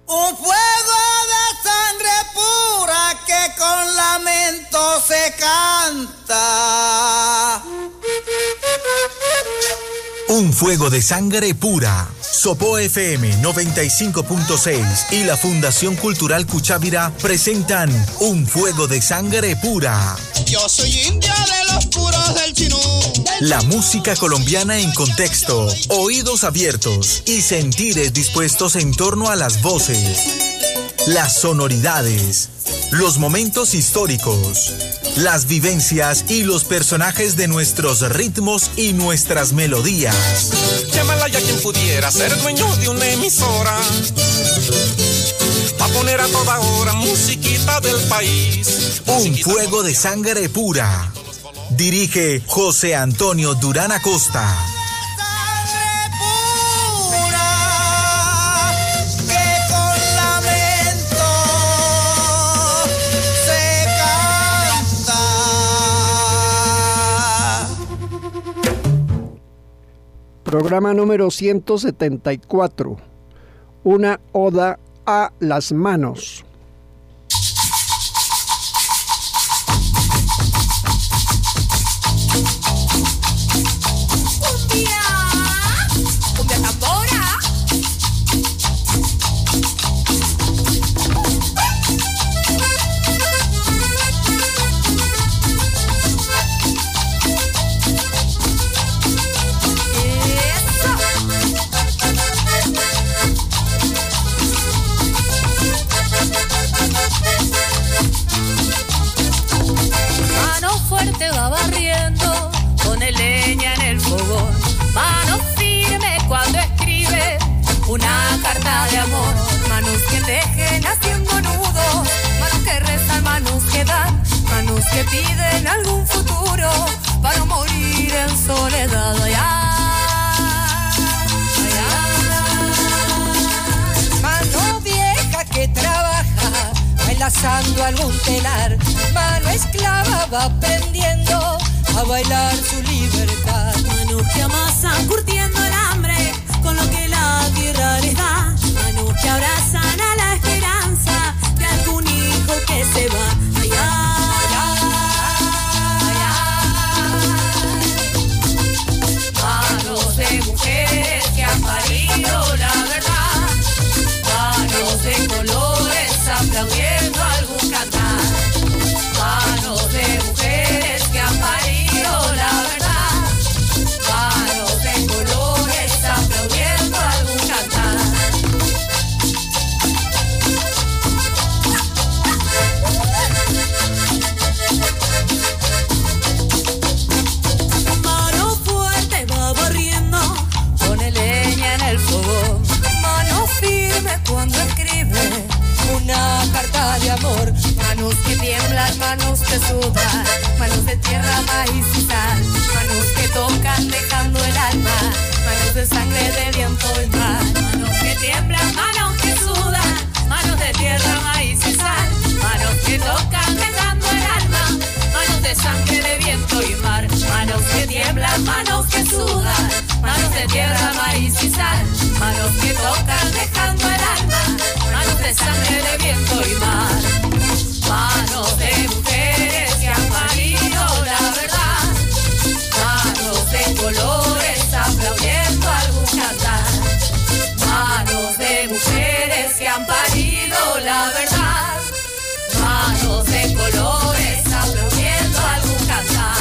Un fuego de sangre pura que con lamento se canta. Un fuego de sangre pura. Sopo FM 95.6 y la Fundación Cultural Cuchávira presentan Un fuego de sangre pura. Yo soy india de los puros del Chinú. La música colombiana en contexto, oídos abiertos y sentires dispuestos en torno a las voces, las sonoridades, los momentos históricos, las vivencias y los personajes de nuestros ritmos y nuestras melodías. Llámala ya quien pudiera ser dueño de una emisora, pa' poner a toda hora musiquita del país. Un fuego de sangre pura. Dirige José Antonio Durán Acosta. Programa número 174. Una oda a las manos. Una carta de amor, manos que tejen haciendo nudos, manos que rezan, manos que dan, manos que piden algún futuro para morir en soledad. Mano vieja que trabaja, va enlazando algún telar, mano esclava va aprendiendo a bailar su libertad. Manos que amasan curtiendo el hambre con lo que la tierra les da, manos que abrazan a la esperanza de algún hijo que se va. Ay, ay, ay, ay. Manos de mujeres que han parido la verdad, manos de colores aplaudiendo algún cantar, manos de mujeres que han parido la verdad, manos de colores aplaudiendo algún cantar. mano fuerte va barriendo, pone leña en el fuego, mano firme cuando escribe una carta de amor, manos que tiemblan, manos que sudan, manos de tierra, maíz y sal, manos que tocan dejando el alma, manos de sangre, de viento y mar, manos que tiemblan, manos que sudan, manos de tierra, maíz y sal, manos que tocan dejando el alma, manos de sangre, de viento y mar, manos que tiemblan, manos que sudan, manos de tierra, maíz y sal, manos que tocan dejando el alma, manos de sangre, de viento y mar, manos de mujeres que han parido la verdad, manos de colores aplaudiendo algún cantar, manos de mujeres que han parido la verdad, manos de colores aplaudiendo algún cantar.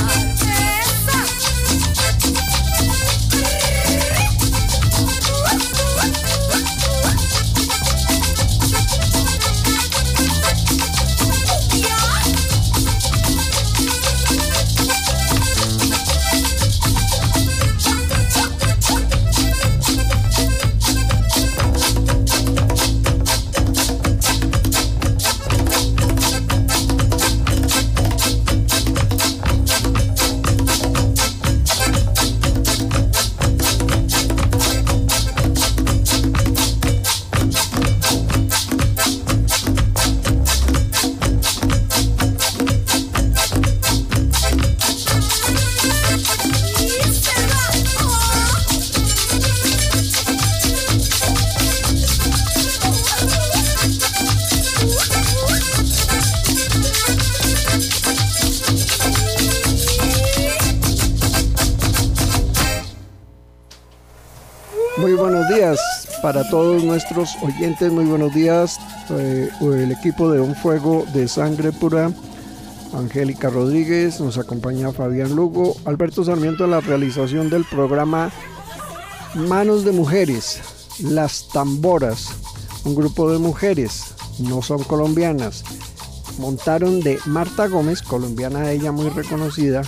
días para todos nuestros oyentes, muy buenos días. El equipo de Un Fuego de Sangre Pura, Angélica Rodríguez, nos acompaña Fabián Lugo, Alberto Sarmiento en la realización del programa Manos de Mujeres, Las Tamboras, un grupo de mujeres, no son colombianas, montaron de Marta Gómez, colombiana ella muy reconocida,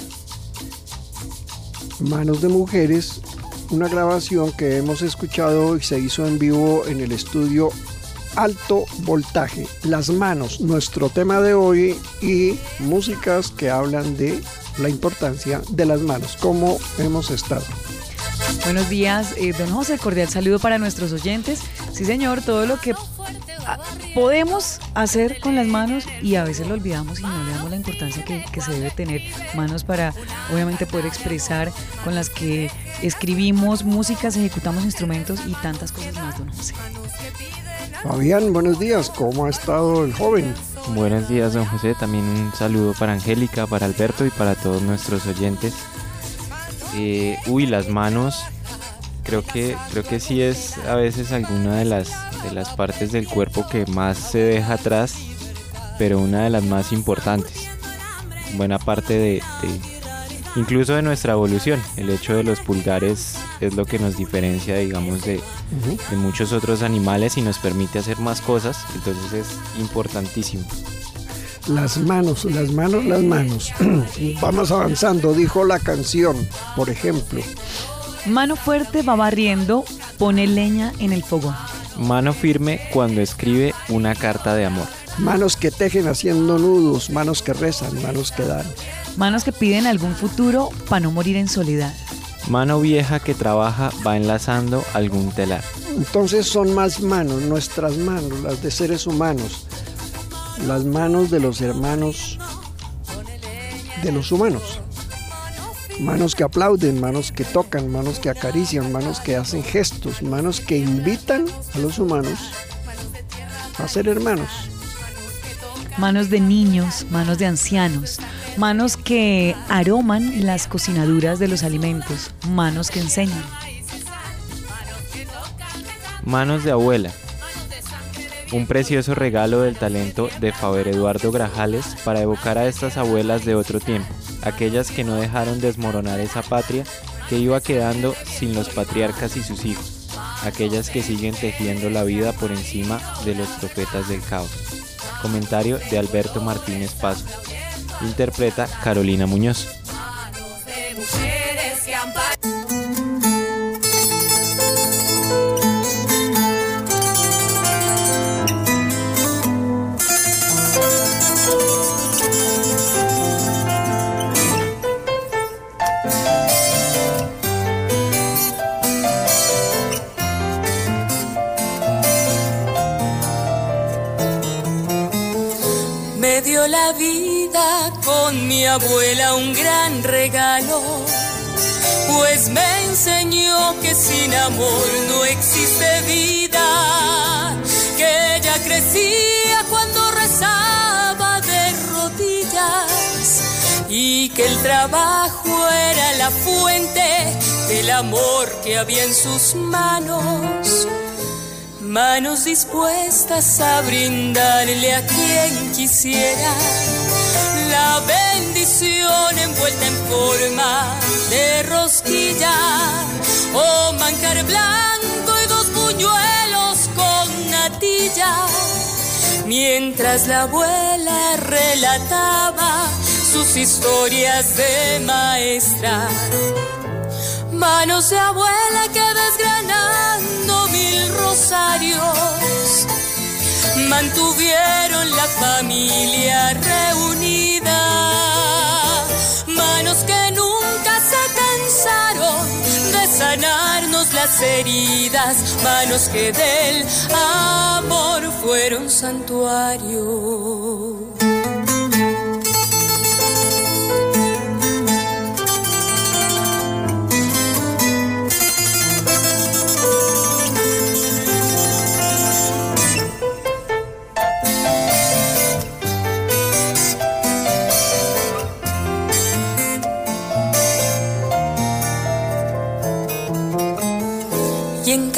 Manos de Mujeres, una grabación que hemos escuchado y se hizo en vivo en el estudio Alto Voltaje. Las manos, nuestro tema de hoy, y músicas que hablan de la importancia de las manos. ¿Cómo hemos estado? Buenos días, don José, cordial saludo para nuestros oyentes. Sí, señor, todo lo que podemos hacer con las manos y a veces lo olvidamos y no le damos la importancia que se debe tener. Manos para, obviamente, poder expresar, con las que escribimos músicas, ejecutamos instrumentos y tantas cosas más, don José. Fabián, buenos días, ¿cómo ha estado el joven? Buenos días, don José, también un saludo para Angélica, para Alberto y para todos nuestros oyentes. Las manos, creo que sí es a veces alguna de las partes del cuerpo que más se deja atrás, pero una de las más importantes. Buena parte incluso de nuestra evolución. El hecho de los pulgares es lo que nos diferencia, digamos, de muchos otros animales y nos permite hacer más cosas, entonces es importantísimo. Las manos. Vamos avanzando, dijo la canción, por ejemplo. Mano fuerte va barriendo, pone leña en el fogón. Mano firme cuando escribe una carta de amor. Manos que tejen haciendo nudos, manos que rezan, manos que dan. Manos que piden algún futuro para no morir en soledad. Mano vieja que trabaja va enlazando algún telar. Entonces son más manos, nuestras manos, las de seres humanos. Las manos de los hermanos de los humanos. Manos que aplauden, manos que tocan, manos que acarician, manos que hacen gestos, manos que invitan a los humanos a ser hermanos. Manos de niños, manos de ancianos, manos que aroman las cocinaduras de los alimentos, manos que enseñan. Manos de abuela. Un precioso regalo del talento de Faber Eduardo Grajales para evocar a estas abuelas de otro tiempo, aquellas que no dejaron desmoronar esa patria que iba quedando sin los patriarcas y sus hijos, aquellas que siguen tejiendo la vida por encima de los profetas del caos. Comentario de Alberto Martínez Paso. Interpreta Carolina Muñoz. Me dio la vida con mi abuela un gran regalo, pues me enseñó que sin amor no existe vida, que ella crecía cuando rezaba de rodillas y que el trabajo era la fuente del amor que había en sus manos. Manos dispuestas a brindarle a quien quisiera la bendición envuelta en forma de rosquilla o manjar blanco y 2 buñuelos con natilla, mientras la abuela relataba sus historias de maestra. Manos de abuela que desgranando 1000 rosarios mantuvieron la familia reunida. Manos que nunca se cansaron de sanarnos las heridas. Manos que del amor fueron santuario.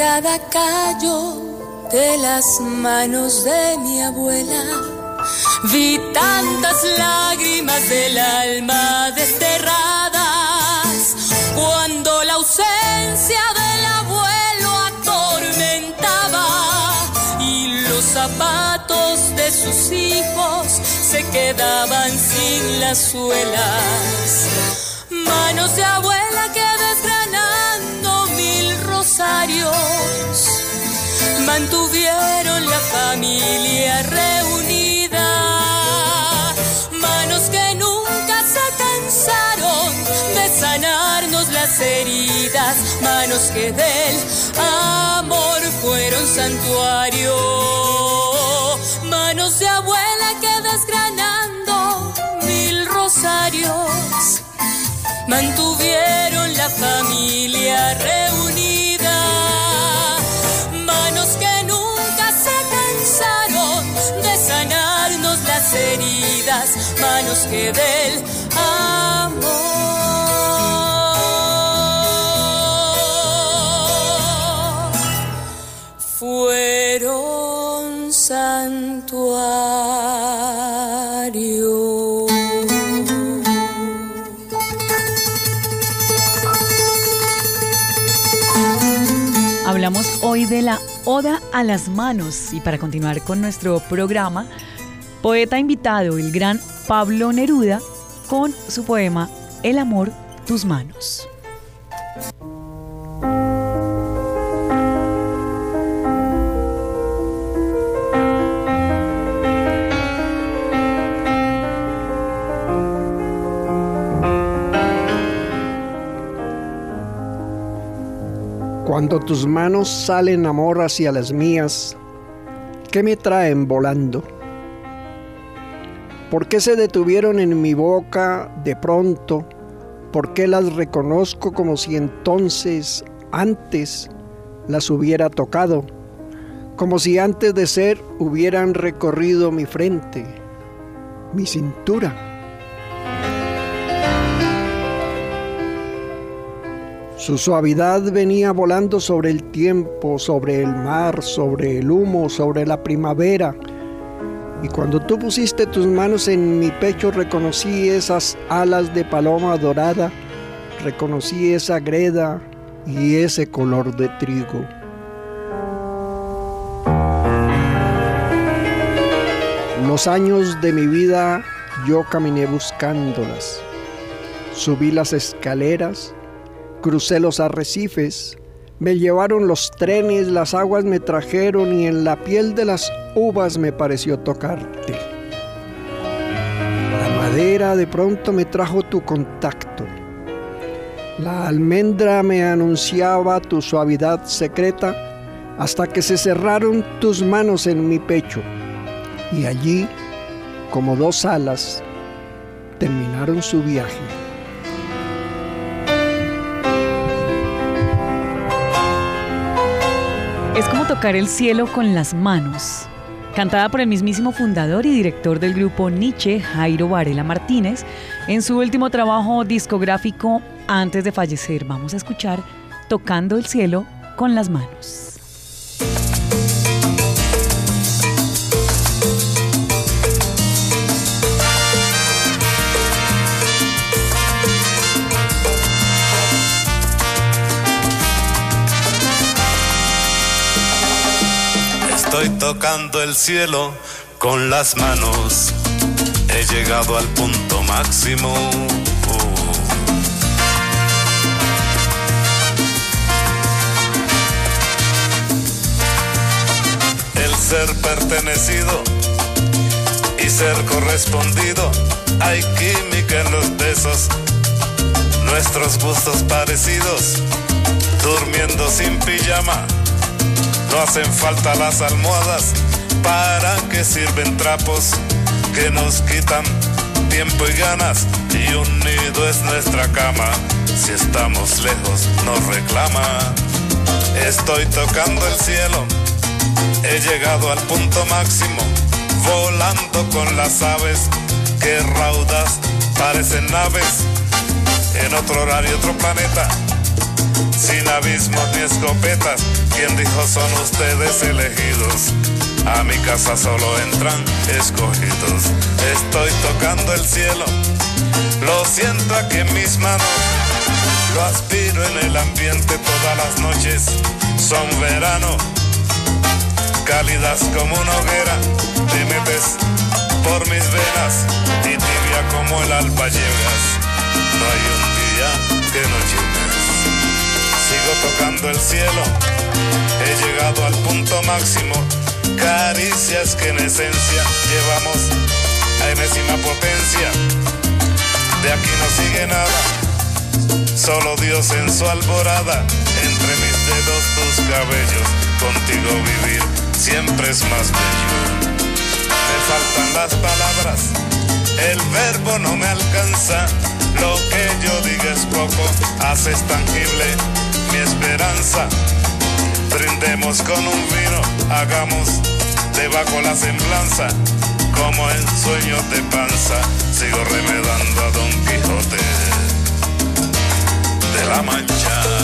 cada callo de las manos de mi abuela. Vi tantas lágrimas del alma desterradas cuando la ausencia del abuelo atormentaba y los zapatos de sus hijos se quedaban sin las suelas. Manos de abuela que desgranando 1000 rosarios mantuvieron la familia reunida. Manos que nunca se cansaron de sanarnos las heridas. Manos que del amor fueron santuario. Manos de abuela que desgranando 1000 rosarios mantuvieron la familia reunida. Manos que nunca se cansaron de sanarnos las heridas. Manos que del amor fueron santuario. Hablamos hoy de la Oda a las Manos y para continuar con nuestro programa, poeta invitado, el gran Pablo Neruda, con su poema El amor, tus manos. Cuando tus manos salen amor hacia las mías, ¿qué me traen volando? ¿Por qué se detuvieron en mi boca de pronto? ¿Por qué las reconozco como si entonces, antes, las hubiera tocado? Como si antes de ser hubieran recorrido mi frente, mi cintura. Su suavidad venía volando sobre el tiempo, sobre el mar, sobre el humo, sobre la primavera. Y cuando tú pusiste tus manos en mi pecho, reconocí esas alas de paloma dorada, reconocí esa greda y ese color de trigo. Los años de mi vida yo caminé buscándolas. Subí las escaleras, crucé los arrecifes, me llevaron los trenes, las aguas me trajeron y en la piel de las uvas me pareció tocarte. La madera de pronto me trajo tu contacto. La almendra me anunciaba tu suavidad secreta hasta que se cerraron tus manos en mi pecho y allí, como dos alas, terminaron su viaje. Es como tocar el cielo con las manos. Cantada por el mismísimo fundador y director del grupo Nietzsche, Jairo Varela Martínez, en su último trabajo discográfico antes de fallecer. Vamos a escuchar Tocando el cielo con las manos. Estoy tocando el cielo con las manos, he llegado al punto máximo. El ser pertenecido y ser correspondido, hay química en los besos, nuestros gustos parecidos, durmiendo sin pijama. No hacen falta las almohadas, ¿para qué sirven trapos que nos quitan tiempo y ganas? Y un nido es nuestra cama, si estamos lejos nos reclama. Estoy tocando el cielo, he llegado al punto máximo, volando con las aves, que raudas parecen naves, en otro horario, otro planeta. sin abismos ni escopetas. ¿Quién dijo son ustedes elegidos? A mi casa solo entran escogidos. Estoy tocando el cielo, lo siento aquí en mis manos. Lo aspiro en el ambiente todas las noches. Son verano, cálidas como una hoguera. Te metes por mis venas y tibia como el alba llegas. No hay un día que no llegues. Sigo tocando el cielo, he llegado al punto máximo. Caricias que en esencia llevamos a enésima potencia. De aquí no sigue nada, solo Dios en su alborada. Entre mis dedos tus cabellos, contigo vivir siempre es más bello. Me faltan las palabras, el verbo no me alcanza. Lo que yo diga es poco, haces tangible mi esperanza. Brindemos con un vino, hagamos debajo la semblanza. Como en sueños de panza, sigo remedando a Don Quijote de la Mancha.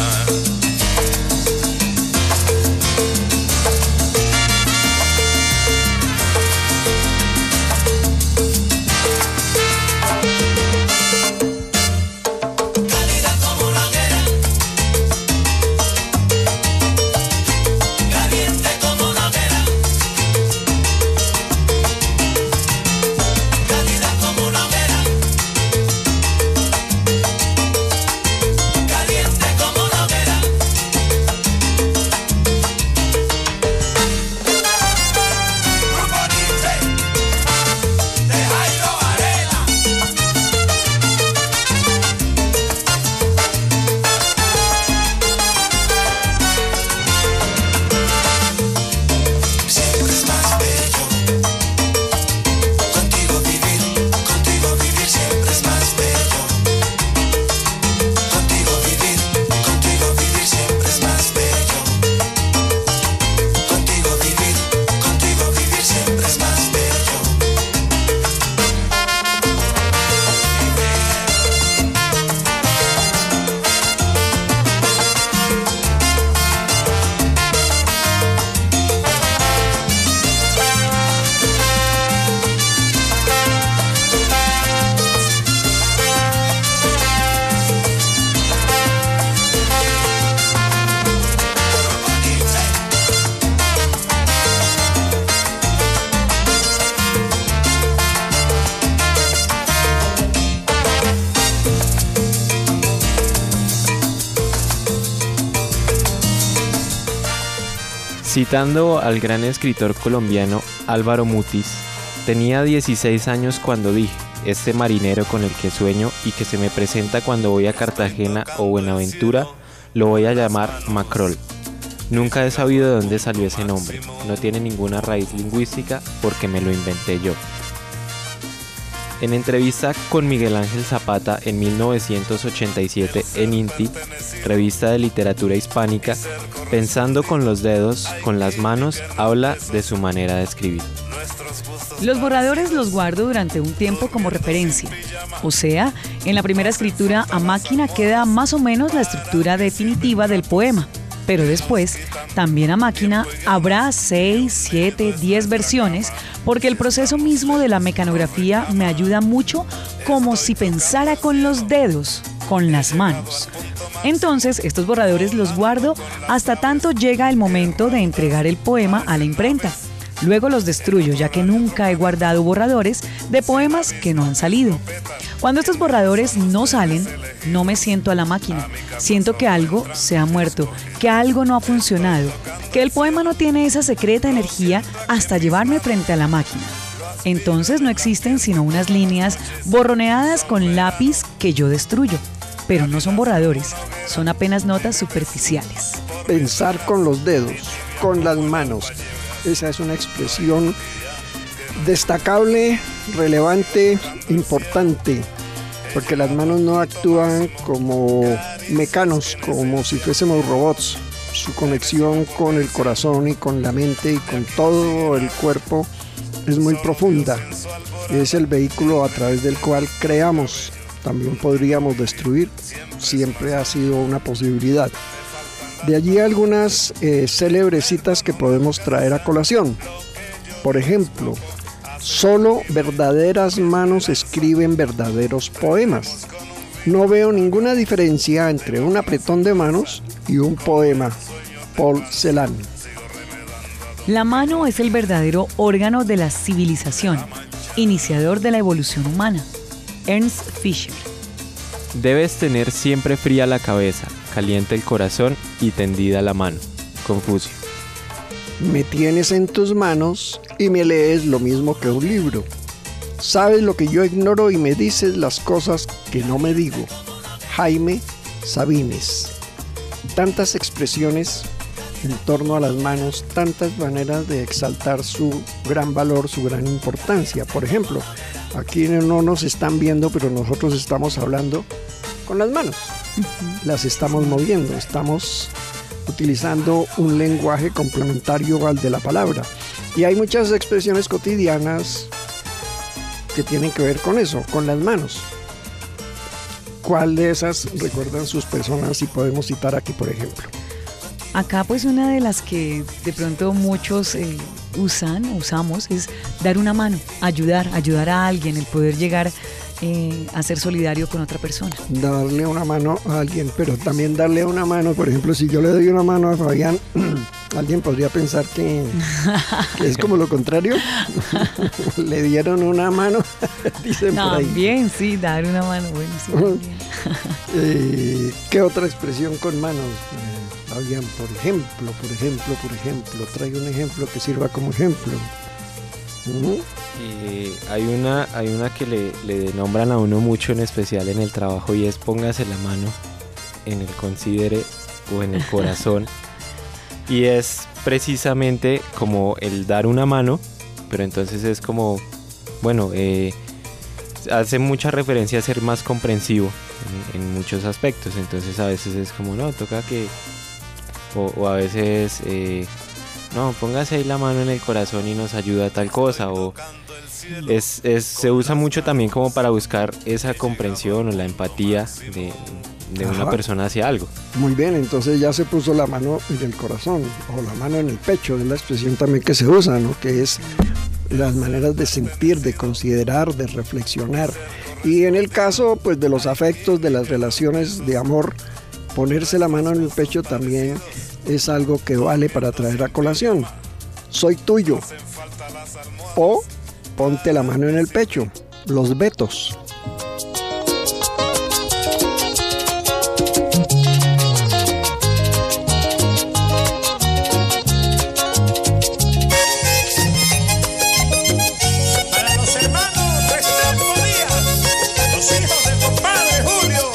Citando al gran escritor colombiano Álvaro Mutis, tenía 16 años cuando dije, este marinero con el que sueño y que se me presenta cuando voy a Cartagena o Buenaventura, lo voy a llamar Macrol. Nunca he sabido de dónde salió ese nombre, no tiene ninguna raíz lingüística porque me lo inventé yo. En entrevista con Miguel Ángel Zapata en 1987 en INTI, revista de literatura hispánica, pensando con los dedos, con las manos, habla de su manera de escribir. Los borradores los guardo durante un tiempo como referencia. O sea, en la primera escritura a máquina queda más o menos la estructura definitiva del poema. Pero después, también a máquina, habrá 6, 7, 10 versiones, porque el proceso mismo de la mecanografía me ayuda mucho, como si pensara con los dedos, con las manos. Entonces, estos borradores los guardo hasta tanto llega el momento de entregar el poema a la imprenta. Luego los destruyo, ya que nunca he guardado borradores de poemas que no han salido. Cuando estos borradores no salen, no me siento a la máquina. Siento que algo se ha muerto, que algo no ha funcionado, que el poema no tiene esa secreta energía hasta llevarme frente a la máquina. Entonces no existen sino unas líneas borroneadas con lápiz que yo destruyo. Pero no son borradores, son apenas notas superficiales. Pensar con los dedos, con las manos. Esa es una expresión destacable, relevante, importante, porque las manos no actúan como mecanos, como si fuésemos robots. Su conexión con el corazón y con la mente y con todo el cuerpo es muy profunda. Es el vehículo a través del cual creamos también podríamos destruir. Siempre ha sido una posibilidad. De allí algunas célebres citas que podemos traer a colación. Por ejemplo, solo verdaderas manos escriben verdaderos poemas. No veo ninguna diferencia entre un apretón de manos y un poema. Paul Celan. La mano es el verdadero órgano de la civilización, iniciador de la evolución humana. Ernst Fischer. Debes tener siempre fría la cabeza, caliente el corazón y tendida la mano. Confucio. Me tienes en tus manos y me lees lo mismo que un libro. Sabes lo que yo ignoro y me dices las cosas que no me digo. Jaime Sabines. Tantas expresiones en torno a las manos, tantas maneras de exaltar su gran valor, su gran importancia. Por ejemplo, aquí no nos están viendo, pero nosotros estamos hablando con las manos. Las estamos moviendo, estamos utilizando un lenguaje complementario al de la palabra. Y hay muchas expresiones cotidianas que tienen que ver con eso, con las manos. ¿Cuál de esas recuerdan sus personas y podemos citar aquí, por ejemplo? Acá pues una de las que de pronto muchos usamos es dar una mano, ayudar a alguien, el poder llegar a ser solidario con otra persona. Darle una mano a alguien, pero también darle una mano, por ejemplo, si yo le doy una mano a Fabián, alguien podría pensar que es como lo contrario. Le dieron una mano, dicen por ahí. También, sí, dar una mano, bueno, sí, también. ¿Qué otra expresión con manos? Fabián, por ejemplo, traigo un ejemplo que sirva como ejemplo. Hay una que le nombran a uno mucho, en especial en el trabajo, y es póngase la mano en el considere o en el corazón. Y es precisamente como el dar una mano, pero entonces es como, bueno, hace mucha referencia a ser más comprensivo en muchos aspectos. Entonces a veces es como, no, toca que... O a veces, no, póngase ahí la mano en el corazón y nos ayuda a tal cosa. O se usa mucho también como para buscar esa comprensión o la empatía de una persona hacia algo. Muy bien, entonces ya se puso la mano en el corazón o la mano en el pecho, es la expresión también que se usa, ¿no? Que es las maneras de sentir, de considerar, de reflexionar. Y en el caso pues de los afectos, de las relaciones de amor, ponerse la mano en el pecho también es algo que vale para traer a colación. Soy tuyo. O ponte la mano en el pecho. Los vetos. Para los hermanos de Santo Díaz, los hijos del compadre Julio.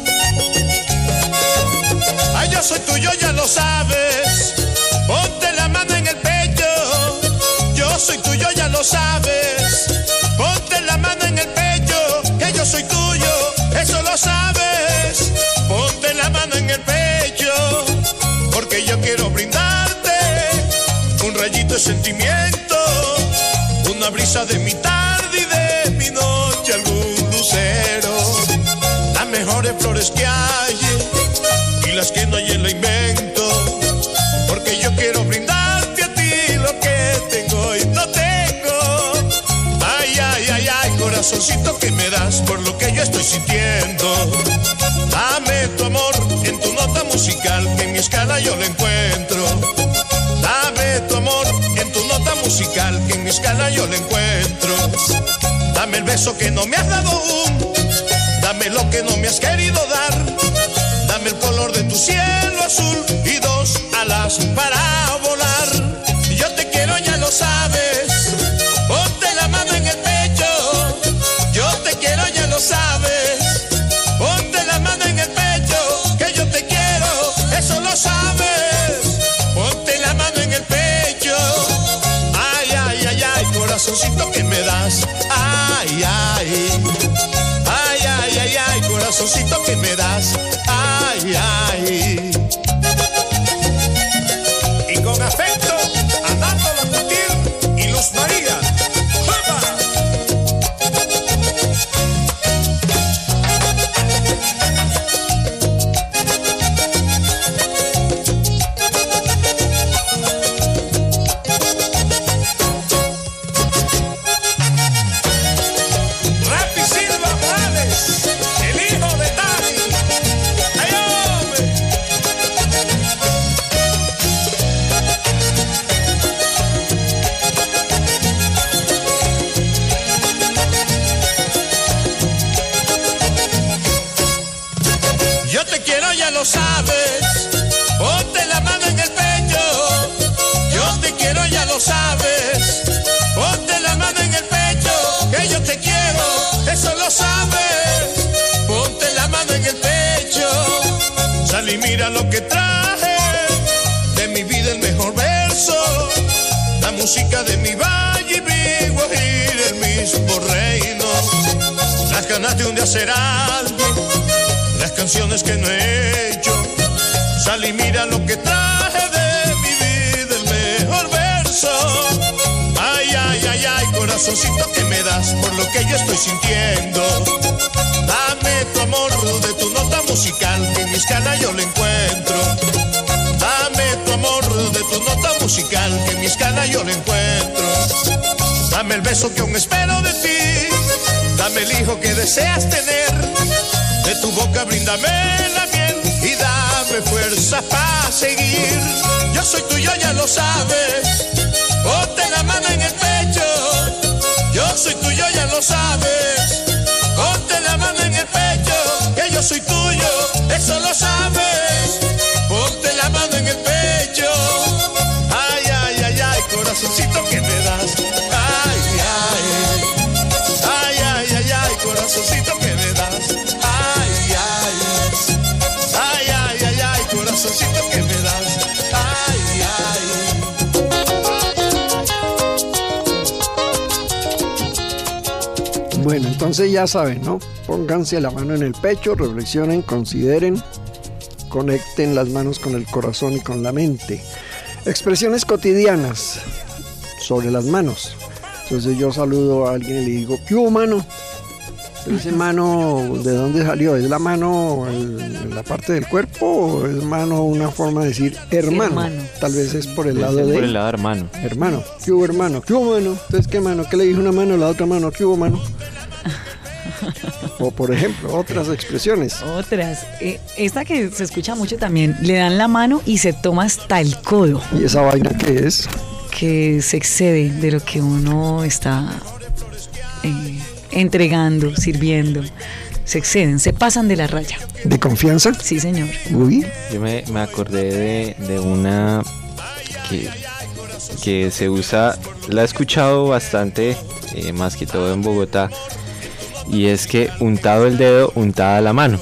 Ay, yo soy tuyo, ya lo sabes. Ponte la mano en el pecho. Yo soy tuyo, ya lo sabes. Ponte la mano en el pecho, que yo soy tuyo, eso lo sabes. Ponte la mano en el pecho, porque yo quiero brindarte un rayito de sentimiento, una brisa de mi tarde y de mi noche, algún lucero. Las mejores flores que hay y las que no hay en la invento, porque yo quiero brindarte a ti lo que tengo y no tengo. Ay, ay, ay, ay, corazoncito que me das por lo que yo estoy sintiendo. Dame tu amor en tu nota musical, que en mi escala yo lo encuentro. Dame tu amor en tu nota musical, que en mi escala yo lo encuentro. Dame el beso que no me has dado aún, dame lo que no me has querido dar. Dame el color de tu cielo azul y dos alas para volar. Yo te quiero, ya lo sabes. Ponte la mano en el pecho. Yo te quiero, ya lo sabes. Ponte la mano en el pecho, que yo te quiero, eso lo sabes. Ponte la mano en el pecho. Ay, ay, ay, ay, corazoncito que me das. Ay, ay. Ay, ay, ay, ay, corazoncito que me das. Ay, ay. mira lo que traje, de mi vida el mejor verso, la música de mi valle y mi Guajira, el mismo reino, las ganas de un día hacer algo, las canciones que no he hecho, sal y mira lo que traje de mi vida el mejor verso. Ay, ay, ay, ay, corazoncito que me das por lo que yo estoy sintiendo. Dame tu amor de tu nota musical, que en mi escala yo lo encuentro. Dame tu amor de tu nota musical, que en mi escala yo lo encuentro. Dame el beso que aún espero de ti, dame el hijo que deseas tener. De tu boca bríndame la miel y dame fuerza para seguir. Yo soy tuyo, ya lo sabes, ponte la mano en el pecho. Yo soy tuyo, ya lo sabes, ponte la mano en el pecho. Que yo soy tuyo, eso lo sabes, ponte la mano en el pecho. Ay, ay, ay, ay, corazoncito que me das. Ay, ay, ay, ay, ay, ay, corazoncito que me das. Ay, ay, ay, ay, ay, ay, corazoncito que me das. Ay, ay. Bueno, entonces ya saben, ¿no? Pónganse la mano en el pecho, reflexionen, consideren, conecten las manos con el corazón y con la mente. Expresiones cotidianas sobre las manos. Entonces yo saludo a alguien y le digo, ¿qué hubo, mano? ¿Ese mano de dónde salió? ¿Es la mano en la parte del cuerpo o es mano una forma de decir hermano? Tal vez es por el lado de... Por el lado hermano. Hermano, ¿qué hubo, hermano? ¿Qué hubo, mano? Entonces, ¿qué mano? ¿Qué le dijo una mano a la otra mano? ¿Qué hubo, mano? O por ejemplo, otras expresiones. Otras. Esta que se escucha mucho también, le dan la mano y se toma hasta el codo. ¿Y esa vaina qué es? Que se excede de lo que uno está entregando, sirviendo. Se exceden, se pasan de la raya. ¿De confianza? Sí, señor. Uy. Yo me acordé de una que se usa, la he escuchado bastante, más que todo en Bogotá, y es que untado el dedo, untada la mano.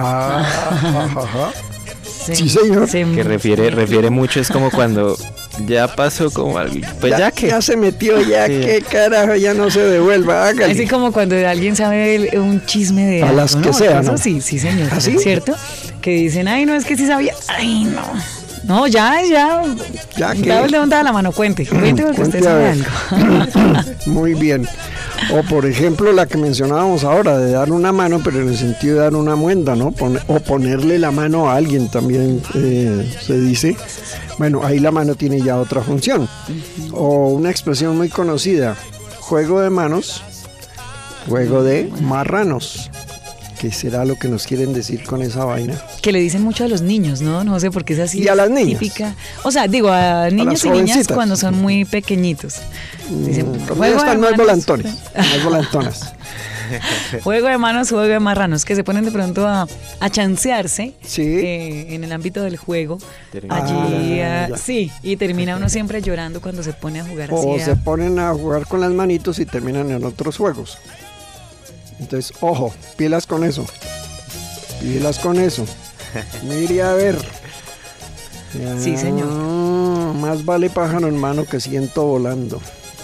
Sí, señor. Que refiere mucho, es como cuando ya pasó como algo, pues ya se metió, ya sí. Qué carajo, ya no se devuelva, hágale. Así como cuando alguien sabe un chisme de a algo, las que ¿no? sea, ¿no? Sí, señor. ¿Así? ¿Cierto? Que dicen, ay, no, es que sí sabía, ay, no. No, ya que le onda la mano, cuente porque usted sabe algo. Muy bien. O por ejemplo la que mencionábamos ahora, de dar una mano, pero en el sentido de dar una muenda, ¿no? O ponerle la mano a alguien también se dice. Bueno, ahí la mano tiene ya otra función. O una expresión muy conocida, juego de manos, juego de marranos. ¿Qué será lo que nos quieren decir con esa vaina? Que le dicen mucho a los niños, ¿no? No sé por qué es así. Y a las niñas. Típica. O sea, digo, a niños y niñas cuando son muy pequeñitos. Dicen, juego están más volantones, más volantonas. Juego de manos, juego de marranos, que se ponen de pronto a chancearse, ¿sí? En el ámbito del juego. Allí, sí, y termina uno siempre llorando cuando se pone a jugar así. O se ponen a jugar con las manitos y terminan en otros juegos. Entonces, ojo, pilas con eso. Mire a ver. Sí, señor. Más vale pájaro en mano que ciento volando.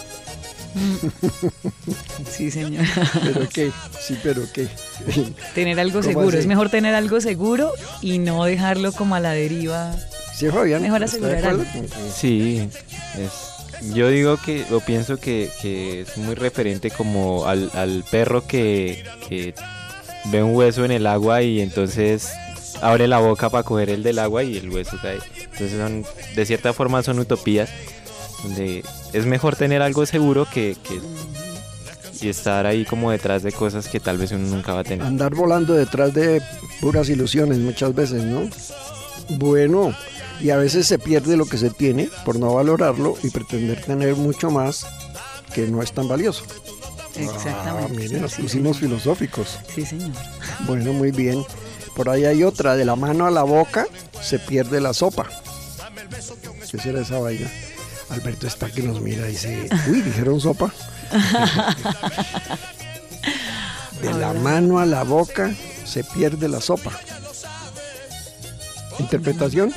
Sí, señor. ¿Pero qué? Sí, pero qué. Tener algo seguro. Es mejor tener algo seguro y no dejarlo como a la deriva. Sí, Fabián. Mejor asegurar algo. Sí, yo digo que, o pienso que es muy referente como al perro que ve un hueso en el agua y entonces abre la boca para coger el del agua y el hueso cae. Entonces de cierta forma son utopías donde es mejor tener algo seguro que y estar ahí como detrás de cosas que tal vez uno nunca va a tener. Andar volando detrás de puras ilusiones muchas veces, ¿no? Bueno, y a veces se pierde lo que se tiene por no valorarlo y pretender tener mucho más que no es tan valioso. Exactamente. Miren, nos pusimos filosóficos. Sí, señor. Bueno, muy bien. Por ahí hay otra, de la mano a la boca se pierde la sopa. ¿Qué será esa vaina? Alberto está que nos mira y dice, uy, dijeron sopa. De la mano a la boca se pierde la sopa. Interpretación.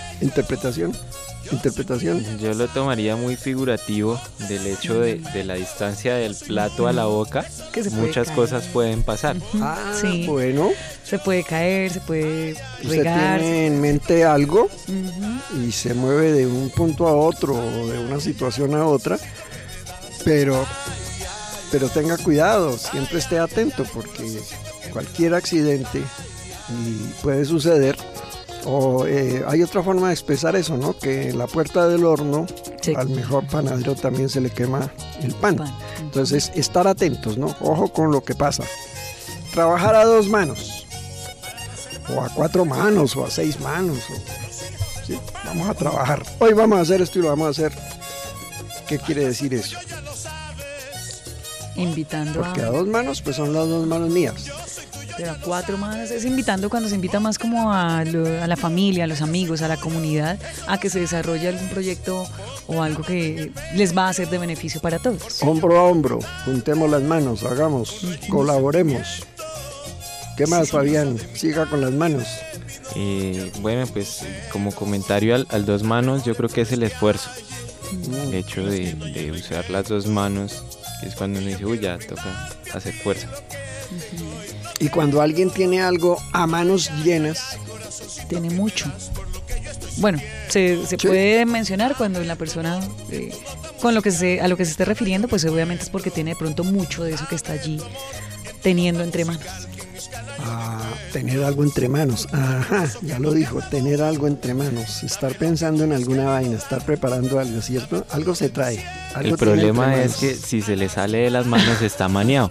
Yo lo tomaría muy figurativo del hecho de la distancia del plato a la boca. Que se puede Muchas caer. cosas pueden pasar. Sí. Bueno. Se puede caer, se puede Usted regar. tiene en mente algo Ujú. y se mueve de un punto a otro o de una situación a otra, pero tenga cuidado, siempre esté atento porque cualquier accidente puede suceder. O hay otra forma de expresar eso, ¿no? Que en la puerta del horno Sí. al mejor panadero también se le quema el pan. Entonces, estar atentos, ¿no? Ojo con lo que pasa. Trabajar a 2 manos, o a 4 manos, o a 6 manos. ¿Sí? Vamos a trabajar. Hoy vamos a hacer esto y lo vamos a hacer. ¿Qué quiere decir eso? Invitando Porque a 2 manos, pues son las 2 manos mías. Pero a 4 manos es invitando cuando se invita más como a la familia, a los amigos, a la comunidad, a que se desarrolle algún proyecto o algo que les va a ser de beneficio para todos. Hombro a hombro, juntemos las manos, hagamos, colaboremos. ¿Qué más, Fabián? Siga con las manos. Bueno, pues como comentario al 2 manos, yo creo que es el esfuerzo. El hecho de usar las 2 manos, es cuando uno dice, uy, ya toca hacer fuerza. Y cuando alguien tiene algo a manos llenas, tiene mucho. Bueno, se puede mencionar cuando la persona con a lo que se esté refiriendo, pues obviamente es porque tiene de pronto mucho de eso que está allí teniendo entre manos. Tener algo entre manos. Ajá, ya lo dijo, tener algo entre manos. Estar pensando en alguna vaina, estar preparando algo, ¿cierto? Algo se trae. Algo El problema es que si se le sale de las manos está maniado.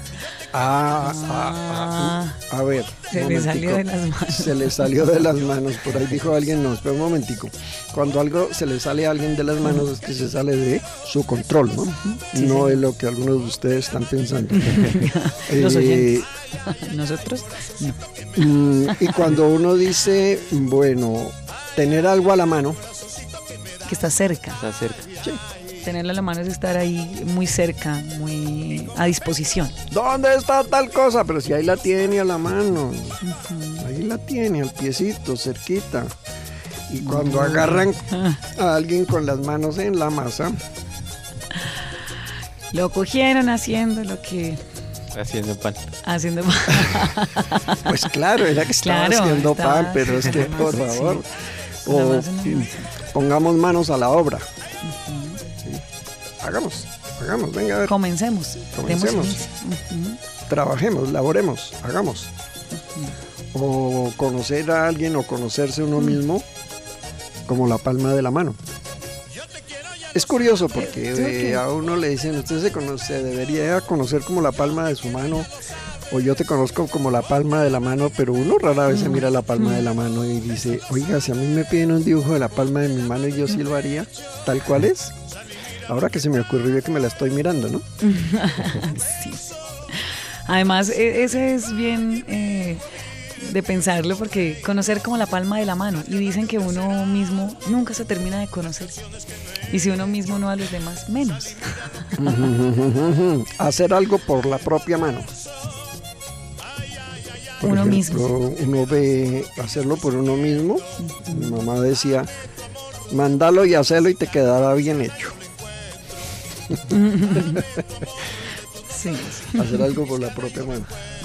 A ver, se le salió de las manos. Se le salió de las manos, por ahí dijo alguien, no, espera un momentico. Cuando algo se le sale a alguien de las manos es que se sale de su control, ¿no? Sí, no sí. es lo que algunos de ustedes están pensando. Los oyentes. Nosotros no. Y cuando uno dice, bueno, tener algo a la mano. Que está cerca. Está cerca. Sí. Tenerlo a la mano es estar ahí muy cerca, muy a disposición. ¿Dónde está tal cosa? Pero si ahí la tiene a la mano. Ahí la tiene, al piecito, cerquita. Y cuando agarran a alguien con las manos en la masa. Lo cogieron haciendo lo que... Haciendo pan. Haciendo pan. Pues claro, era que estaba haciendo pan, pero es que, por sí. favor. O pongamos manos a la obra. Hagamos, venga a ver. Comencemos. Trabajemos, laboremos, hagamos. O conocer a alguien o conocerse uno mismo como la palma de la mano. Es curioso porque a uno le dicen, usted se debería conocer como la palma de su mano, o yo te conozco como la palma de la mano, pero uno rara vez se mira la palma de la mano y dice, oiga, si a mí me piden un dibujo de la palma de mi mano y yo sí lo haría, tal cual es. Ahora que se me ocurrió que me la estoy mirando, ¿no? Sí. Además, ese es bien de pensarlo, porque conocer como la palma de la mano, y dicen que uno mismo nunca se termina de conocer, y si uno mismo no a los demás, menos. Hacer algo por la propia mano. Por uno ejemplo, mismo. Uno ve hacerlo por uno mismo. Mi mamá decía, mándalo y hacelo y te quedará bien hecho. Sí. Hacer algo por la propia mano.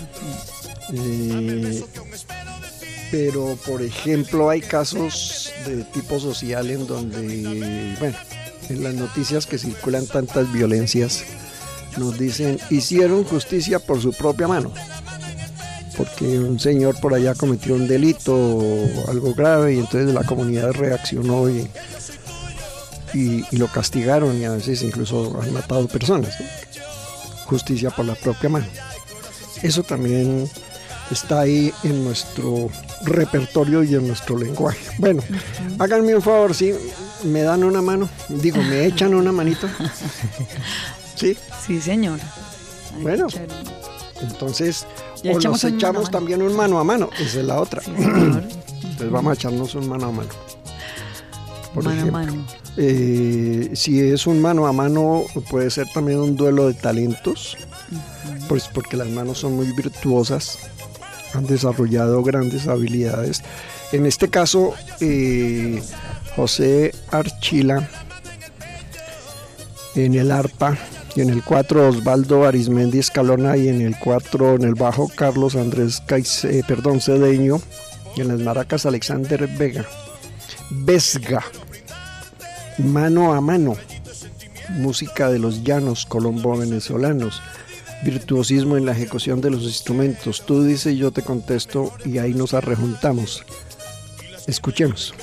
Pero, por ejemplo, hay casos de tipo social en donde, bueno, en las noticias que circulan tantas violencias, nos dicen, hicieron justicia por su propia mano. Porque un señor por allá cometió un delito o algo grave y entonces la comunidad reaccionó y lo castigaron, y a veces incluso han matado personas, ¿no? Justicia por la propia mano. Eso también está ahí en nuestro repertorio y en nuestro lenguaje. Bueno, háganme un favor, ¿sí? ¿Me dan una mano? Digo, ¿me echan una manito? ¿Sí? Sí, señor. Bueno, entonces, ya o nos un echamos mano. también un mano a mano, esa es la otra. Sí, señor. Entonces vamos a echarnos un mano a mano. Por Mano a ejemplo, mano. Si es un mano a mano, puede ser también un duelo de talentos, pues porque las manos son muy virtuosas, han desarrollado grandes habilidades En este caso, José Archila en el arpa, y en el 4 Osvaldo Arismendi Escalona, y en el 4 en el bajo Carlos Andrés Cedeño, y en las maracas Alexander Vesga. Mano a mano, música de los llanos colombo-venezolanos, virtuosismo en la ejecución de los instrumentos. Tú dices, yo te contesto, y ahí nos arrejuntamos. Escuchemos.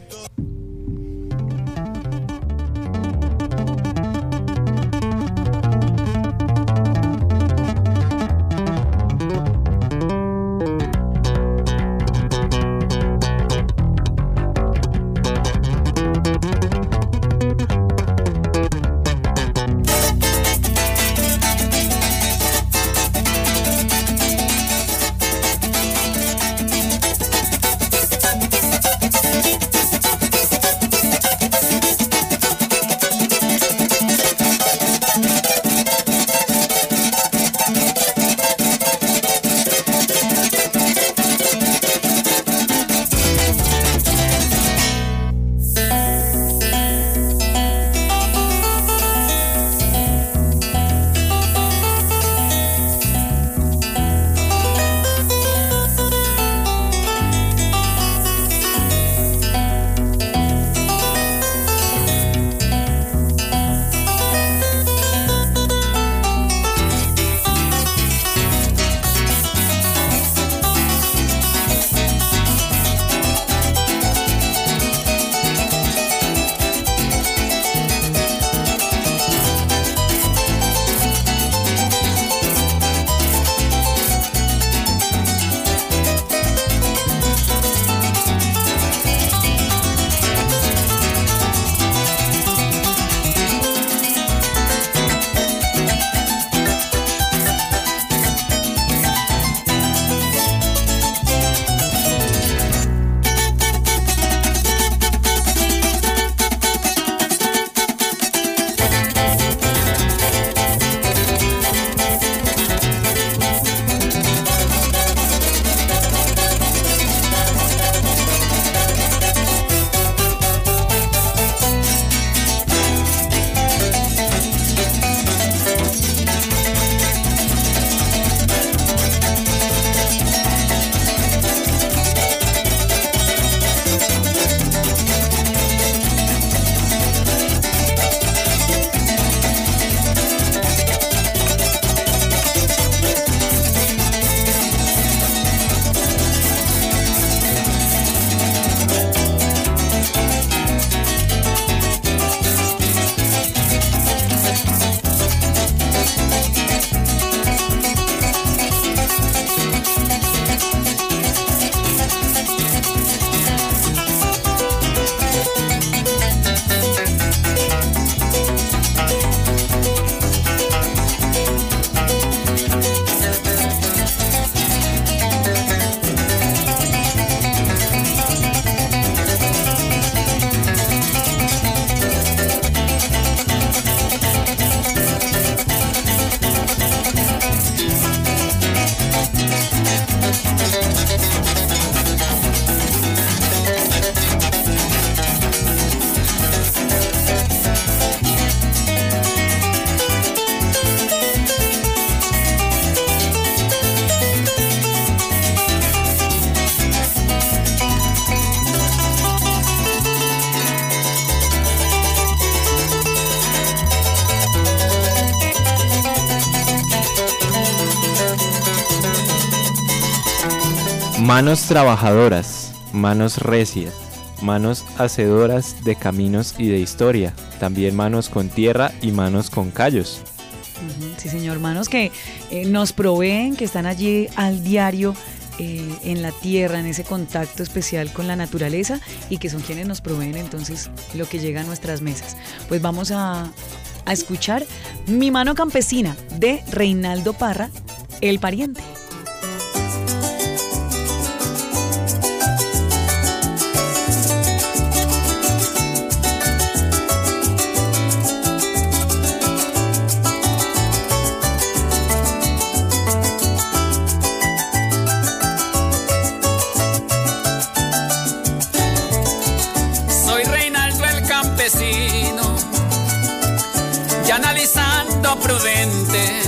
Manos trabajadoras, manos recias, manos hacedoras de caminos y de historia, también manos con tierra y manos con callos. Sí, señor, manos que nos proveen, que están allí al diario en la tierra, en ese contacto especial con la naturaleza, y que son quienes nos proveen entonces lo que llega a nuestras mesas. Pues vamos a escuchar Mi mano campesina de Reinaldo Parra, El Pariente. imprudente,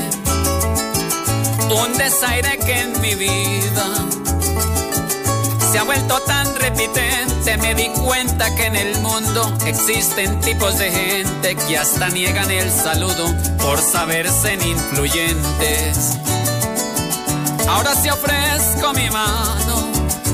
un desaire que en mi vida se ha vuelto tan repitente. Me di cuenta que en el mundo existen tipos de gente que hasta niegan el saludo por saberse influyentes. Ahora sí ofrezco mi mano,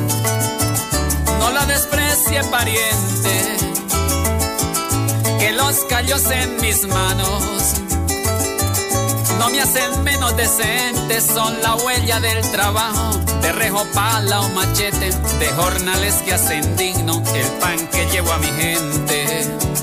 no la desprecie pariente, que los callos en mis manos no me hacen menos decente. Son la huella del trabajo, de rejo, pala o machete, de jornales que hacen digno el pan que llevo a mi gente.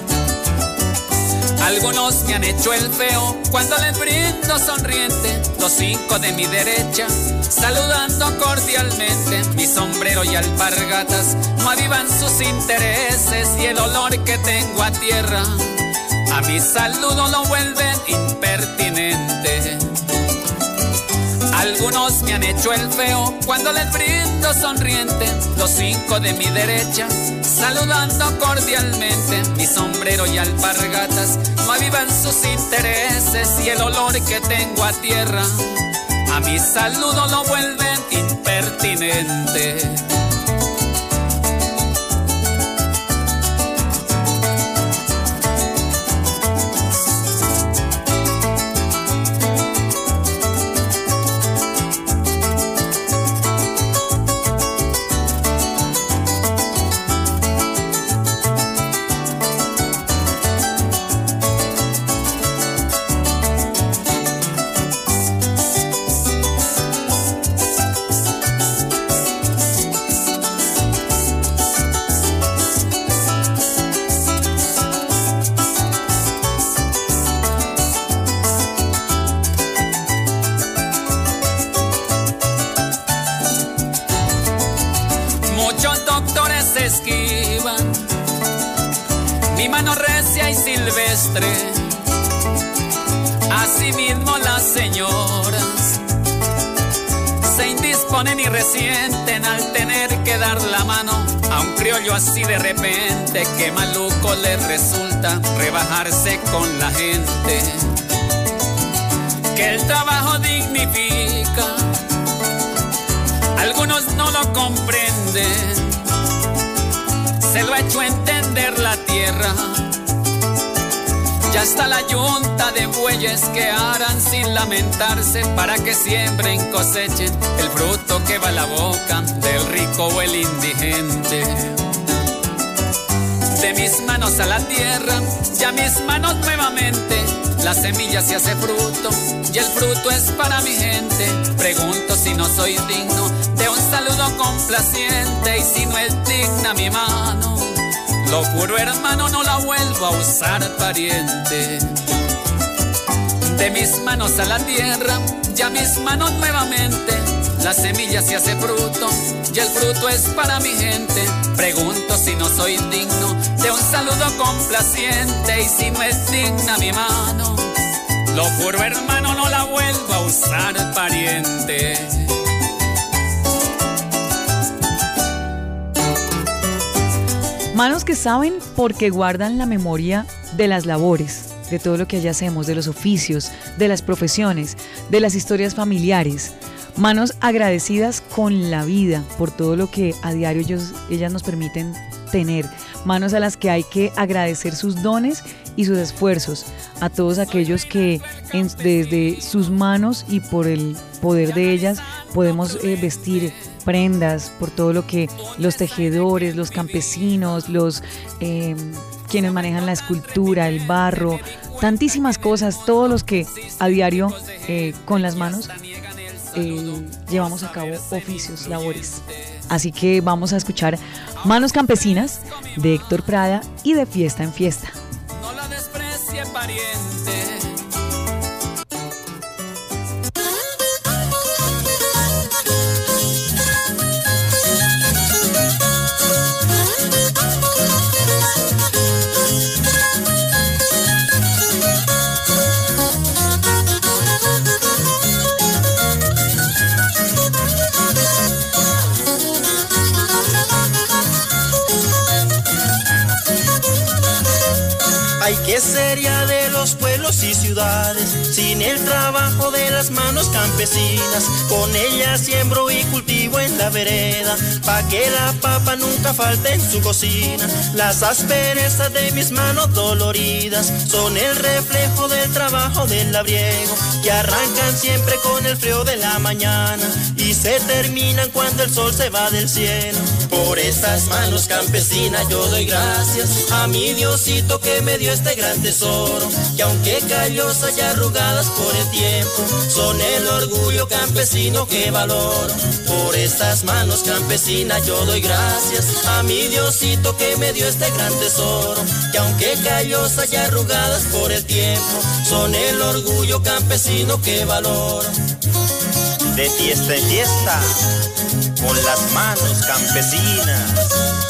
Algunos me han hecho el feo cuando les brindo sonriente, los 5 de mi derecha saludando cordialmente. Mi sombrero y alpargatas no avivan sus intereses, y el olor que tengo a tierra a mi saludo lo vuelven impertinente. Algunos me han hecho el feo cuando les brindo sonriente, los 5 de mi derecha saludando cordialmente. Mi sombrero y alpargatas no avivan sus intereses, y el olor que tengo a tierra a mi saludo lo vuelven impertinente. Esquivan mi mano recia y silvestre, asimismo las señoras se indisponen y resienten al tener que dar la mano a un criollo así de repente. Que maluco les resulta rebajarse con la gente, que el trabajo dignifica, algunos no lo comprenden. Se lo ha hecho entender la tierra, ya está la yunta de bueyes que harán sin lamentarse, para que siembren, cosechen el fruto que va a la boca del rico o el indigente. De mis manos a la tierra, ya mis manos nuevamente, la semilla se hace fruto y el fruto es para mi gente. Pregunto si no soy digno de un saludo complaciente, y si no es digna mi mano, lo juro hermano, no la vuelvo a usar pariente. De mis manos a la tierra, ya mis manos nuevamente, la semilla se hace fruto y el fruto es para mi gente. Pregunto si no soy digno de un saludo complaciente, y si no es digna mi mano, lo juro hermano, no la vuelvo a usar pariente. Manos que saben porque guardan la memoria de las labores, de todo lo que allá hacemos, de los oficios, de las profesiones, de las historias familiares. Manos agradecidas con la vida por todo lo que a diario ellas nos permiten tener. Manos a las que hay que agradecer sus dones y sus esfuerzos. A todos aquellos que desde sus manos y por el poder de ellas podemos vestir prendas, por todo lo que los tejedores, los campesinos, los quienes manejan la escultura, el barro, tantísimas cosas, todos los que a diario con las manos llevamos a cabo oficios, labores. Así que vamos a escuchar Manos Campesinas de Héctor Prada y de Fiesta en Fiesta. No la desprecie pariente. Ay, ¿qué sería de los pueblos pueblos y ciudades, sin el trabajo de las manos campesinas. Con ella siembro y cultivo en la vereda, pa' que la papa nunca falte en su cocina. Las asperezas de mis manos doloridas son el reflejo del trabajo del labriego, que arrancan siempre con el frío de la mañana y se terminan cuando el sol se va del cielo. Por estas manos campesinas yo doy gracias a mi Diosito que me dio este gran tesoro, que aunque callosas y arrugadas por el tiempo, son el orgullo campesino que valoro. Por estas manos campesinas yo doy gracias a mi Diosito que me dio este gran tesoro, que aunque callosas y arrugadas por el tiempo, son el orgullo campesino que valoro. De fiesta en fiesta, con las manos campesinas.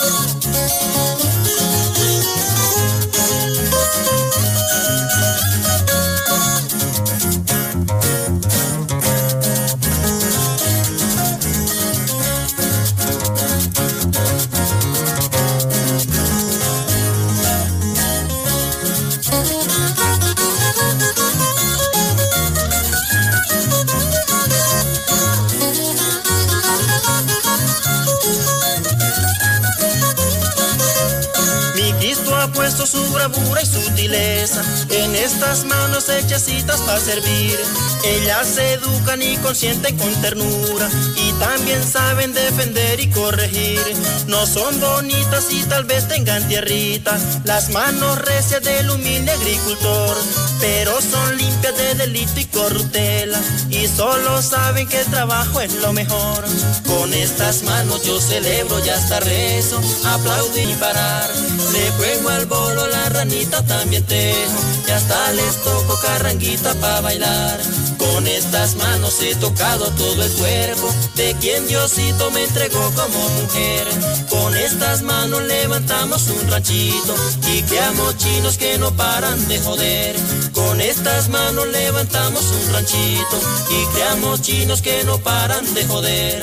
Puesto su bravura y sutileza en estas manos hechecitas para servir. Ellas se educan y consienten con ternura y también saben defender y corregir. No son bonitas y tal vez tengan tierrita las manos recias del humilde agricultor, pero son limpias de delito y corruptela y solo saben que el trabajo es lo mejor. Con estas manos yo celebro y hasta rezo, aplaudo y parar. Le juego al bolo, la ranita también tejo y hasta les toco carranguita pa' bailar. Con estas manos he tocado todo el cuerpo de quien Diosito me entregó como mujer. Con estas manos levantamos un ranchito y creamos chinos que no paran de joder. Con estas manos levantamos un ranchito y creamos chinos que no paran de joder.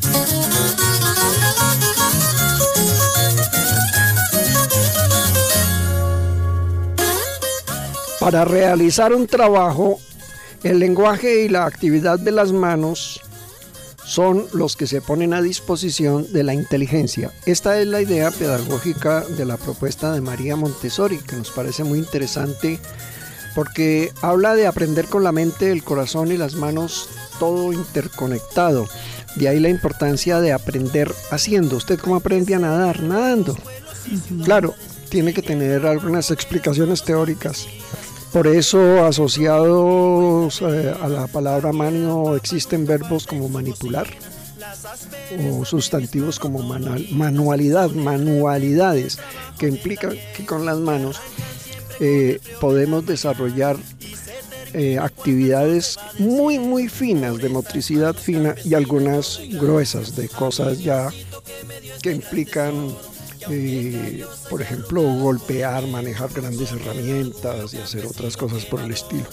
Para realizar un trabajo, el lenguaje y la actividad de las manos son los que se ponen a disposición de la inteligencia. Esta es la idea pedagógica de la propuesta de María Montessori, que nos parece muy interesante porque habla de aprender con la mente, el corazón y las manos, todo interconectado. De ahí la importancia de aprender haciendo. ¿Usted cómo aprende a nadar? Nadando. Claro, tiene que tener algunas explicaciones teóricas. Por eso, asociados a la palabra mano, existen verbos como manipular o sustantivos como manualidad, manualidades, que implican que con las manos podemos desarrollar actividades muy finas, de motricidad fina, y algunas gruesas, de cosas ya que implican por ejemplo, golpear, manejar grandes herramientas y hacer otras cosas por el estilo.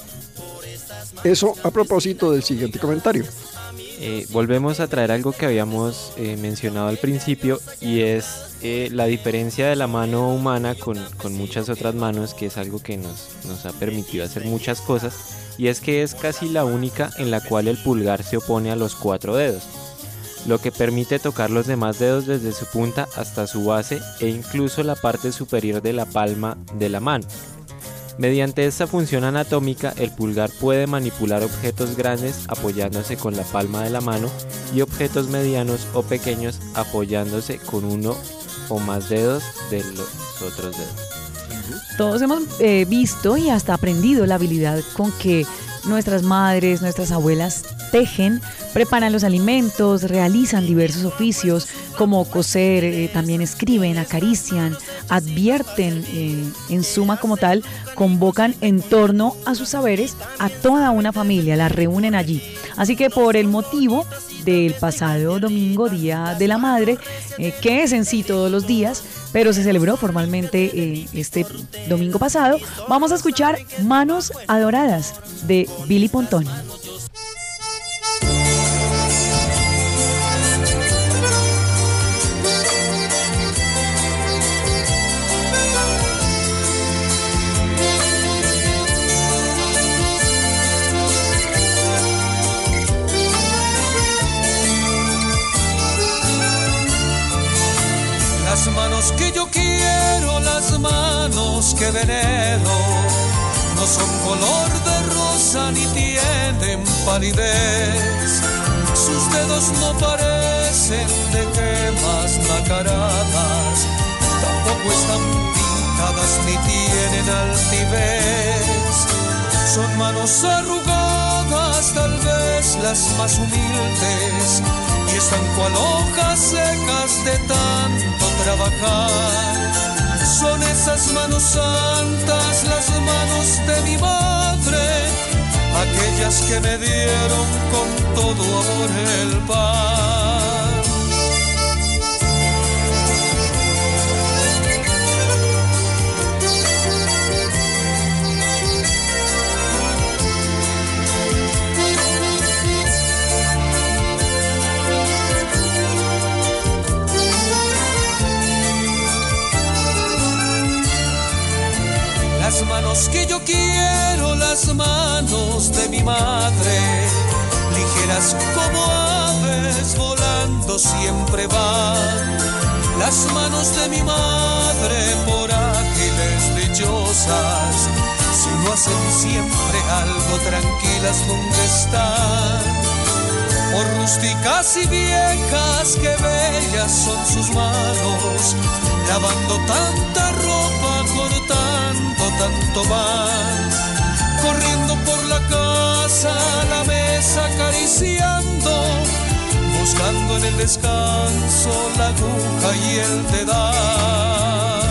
Eso a propósito del siguiente comentario. Volvemos a traer algo que habíamos mencionado al principio, y es la diferencia de la mano humana con muchas otras manos, que es algo que nos ha permitido hacer muchas cosas, y es que es casi la única en la cual el pulgar se opone a los 4 dedos, lo que permite tocar los demás dedos desde su punta hasta su base e incluso la parte superior de la palma de la mano. Mediante esta función anatómica, el pulgar puede manipular objetos grandes apoyándose con la palma de la mano y objetos medianos o pequeños apoyándose con uno o más dedos de los otros dedos. Todos hemos visto y hasta aprendido la habilidad con que nuestras madres, nuestras abuelas tejen, preparan los alimentos, realizan diversos oficios como coser, también escriben, acarician, advierten, en suma como tal, convocan en torno a sus saberes a toda una familia, la reúnen allí. Así que por el motivo del pasado domingo, Día de la Madre, que es en sí todos los días, pero se celebró formalmente este domingo pasado, vamos a escuchar Manos Adoradas de Billy Pontón. manos que yo quiero, las manos que venero, no son color de rosa ni tienen palidez. Sus dedos no parecen de gemas nacaradas, tampoco están pintadas ni tienen altivez. Son manos arrugadas, tal vez las más humildes, y están cual hojas secas de tanto trabajar. Son esas manos santas, las manos de mi madre, aquellas que me dieron con todo amor el pan. Las manos que yo quiero, las manos de mi madre, ligeras como aves volando siempre van. Las manos de mi madre, por ágiles dichosas, si no hacen siempre algo, tranquilas nunca están. Por rústicas y viejas, que bellas son sus manos, lavando tanta ropa, cortando tanto pan, corriendo por la casa, la mesa acariciando, buscando en el descanso la aguja y el dedal.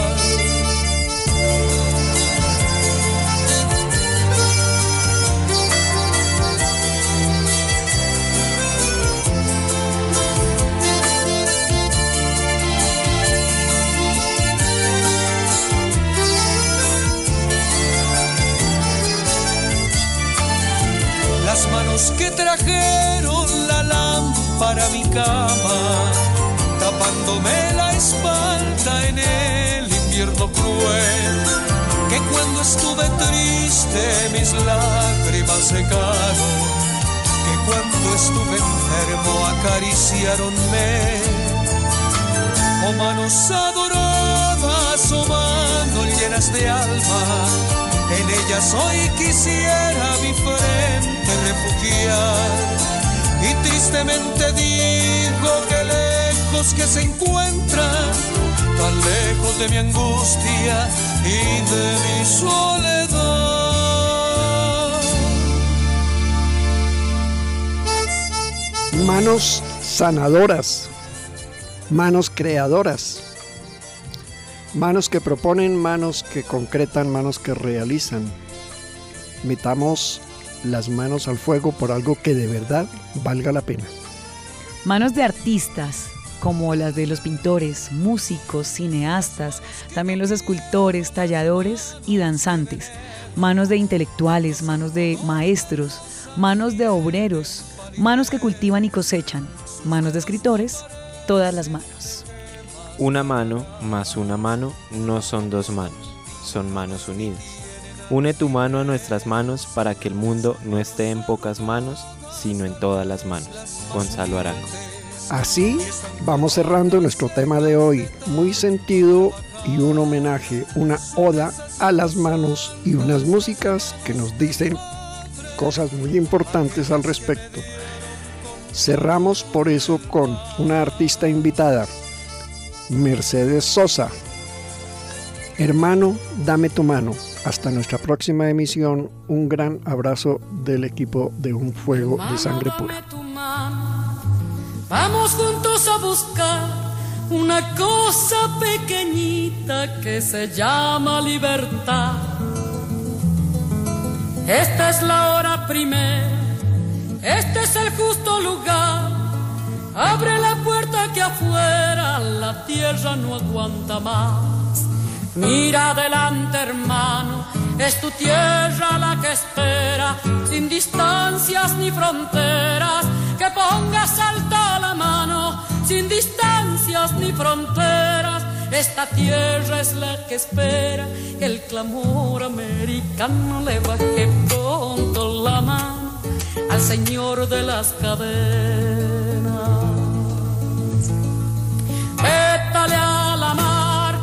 Las manos que trajeron la lámpara a mi cama, tapándome la espalda en el invierno cruel, que cuando estuve triste mis lágrimas secaron, que cuando estuve enfermo acariciaronme. Oh manos adoradas, oh manos llenas de alma, en ellas hoy quisiera mi frente refugiar. Y tristemente digo que lejos que se encuentran, tan lejos de mi angustia y de mi soledad. Manos sanadoras, manos creadoras, manos que proponen, manos que concretan, manos que realizan. Metamos las manos al fuego por algo que de verdad valga la pena. Manos de artistas, como las de los pintores, músicos, cineastas, también los escultores, talladores y danzantes. Manos de intelectuales, manos de maestros, manos de obreros, manos que cultivan y cosechan, manos de escritores, todas las manos. Una mano más una mano no son dos manos, son manos unidas. Une tu mano a nuestras manos para que el mundo no esté en pocas manos, sino en todas las manos. Gonzalo Arango. Así vamos cerrando nuestro tema de hoy, muy sentido y un homenaje, una oda a las manos y unas músicas que nos dicen cosas muy importantes al respecto. Cerramos por eso con una artista invitada, Mercedes Sosa. Hermano, dame tu mano. Hasta nuestra próxima emisión, un gran abrazo del equipo de Un Fuego de Sangre Pura. Vamos juntos a buscar una cosa pequeñita que se llama libertad. Esta es la hora primera, este es el justo lugar. Abre la puerta que afuera la tierra no aguanta más. Mira adelante, hermano, es tu tierra la que espera, sin distancias ni fronteras, que pongas alta la mano, sin distancias ni fronteras. Esta tierra es la que espera que el clamor americano le baje pronto la mano al señor de las cadenas. Vétale a la mar,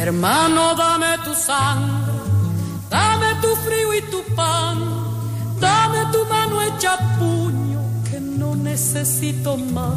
Hermano, dame tu sangre, dame tu frío y tu pan, dame tu mano hecha puño, que no necesito más.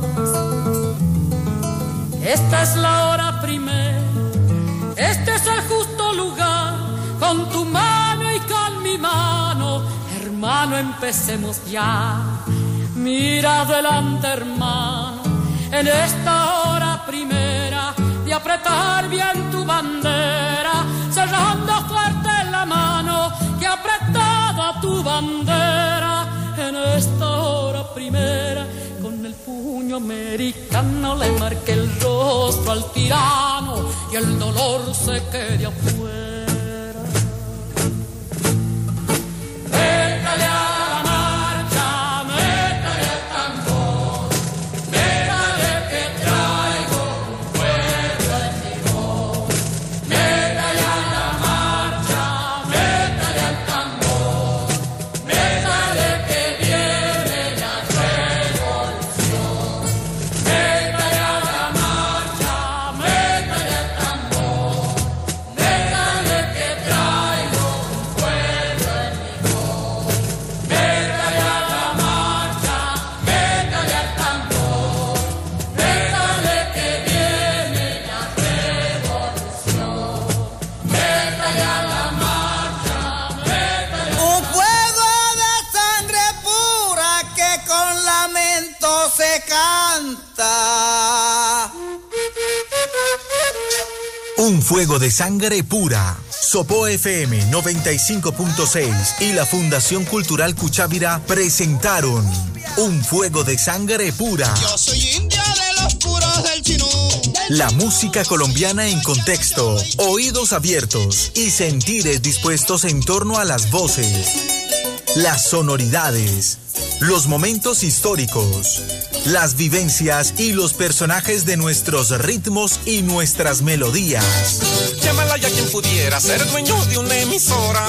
Esta es la hora primera, este es el justo lugar, con tu mano y con mi mano, hermano, empecemos ya. Mira adelante, hermano, en esta hora primera, de apretar bien tu bandera, cerrando fuerte la mano que apretada tu bandera. En esta hora primera, con el puño americano le marque el rostro al tirano y el dolor se quede afuera. Métale a la marcha, métale al tambor, métale que traigo un fuego encendedor. Métale a la marcha, métale al tambor, métale que viene la revolución. Métale a la marcha, métale al tambor, métale que traigo un fuego encendedor. Métale a la marcha, métale al tambor, métale que viene la revolución. Métale a la marcha, métale. Un fuego de sangre pura que con lamento se canta. Un fuego de sangre pura. Sopó FM 95.6 y la Fundación Cultural Cuchávira presentaron Un fuego de sangre pura. Yo soy india de los puros del Chinú. La música colombiana en contexto, oídos abiertos y sentires dispuestos en torno a las voces, las sonoridades, los momentos históricos, las vivencias y los personajes de nuestros ritmos y nuestras melodías. Llámala ya quien pudiera ser dueño de una emisora,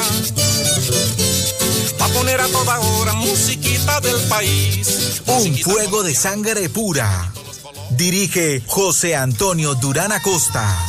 pa' poner a toda hora musiquita del país. Un fuego de sangre pura. Dirige José Antonio Durán Acosta.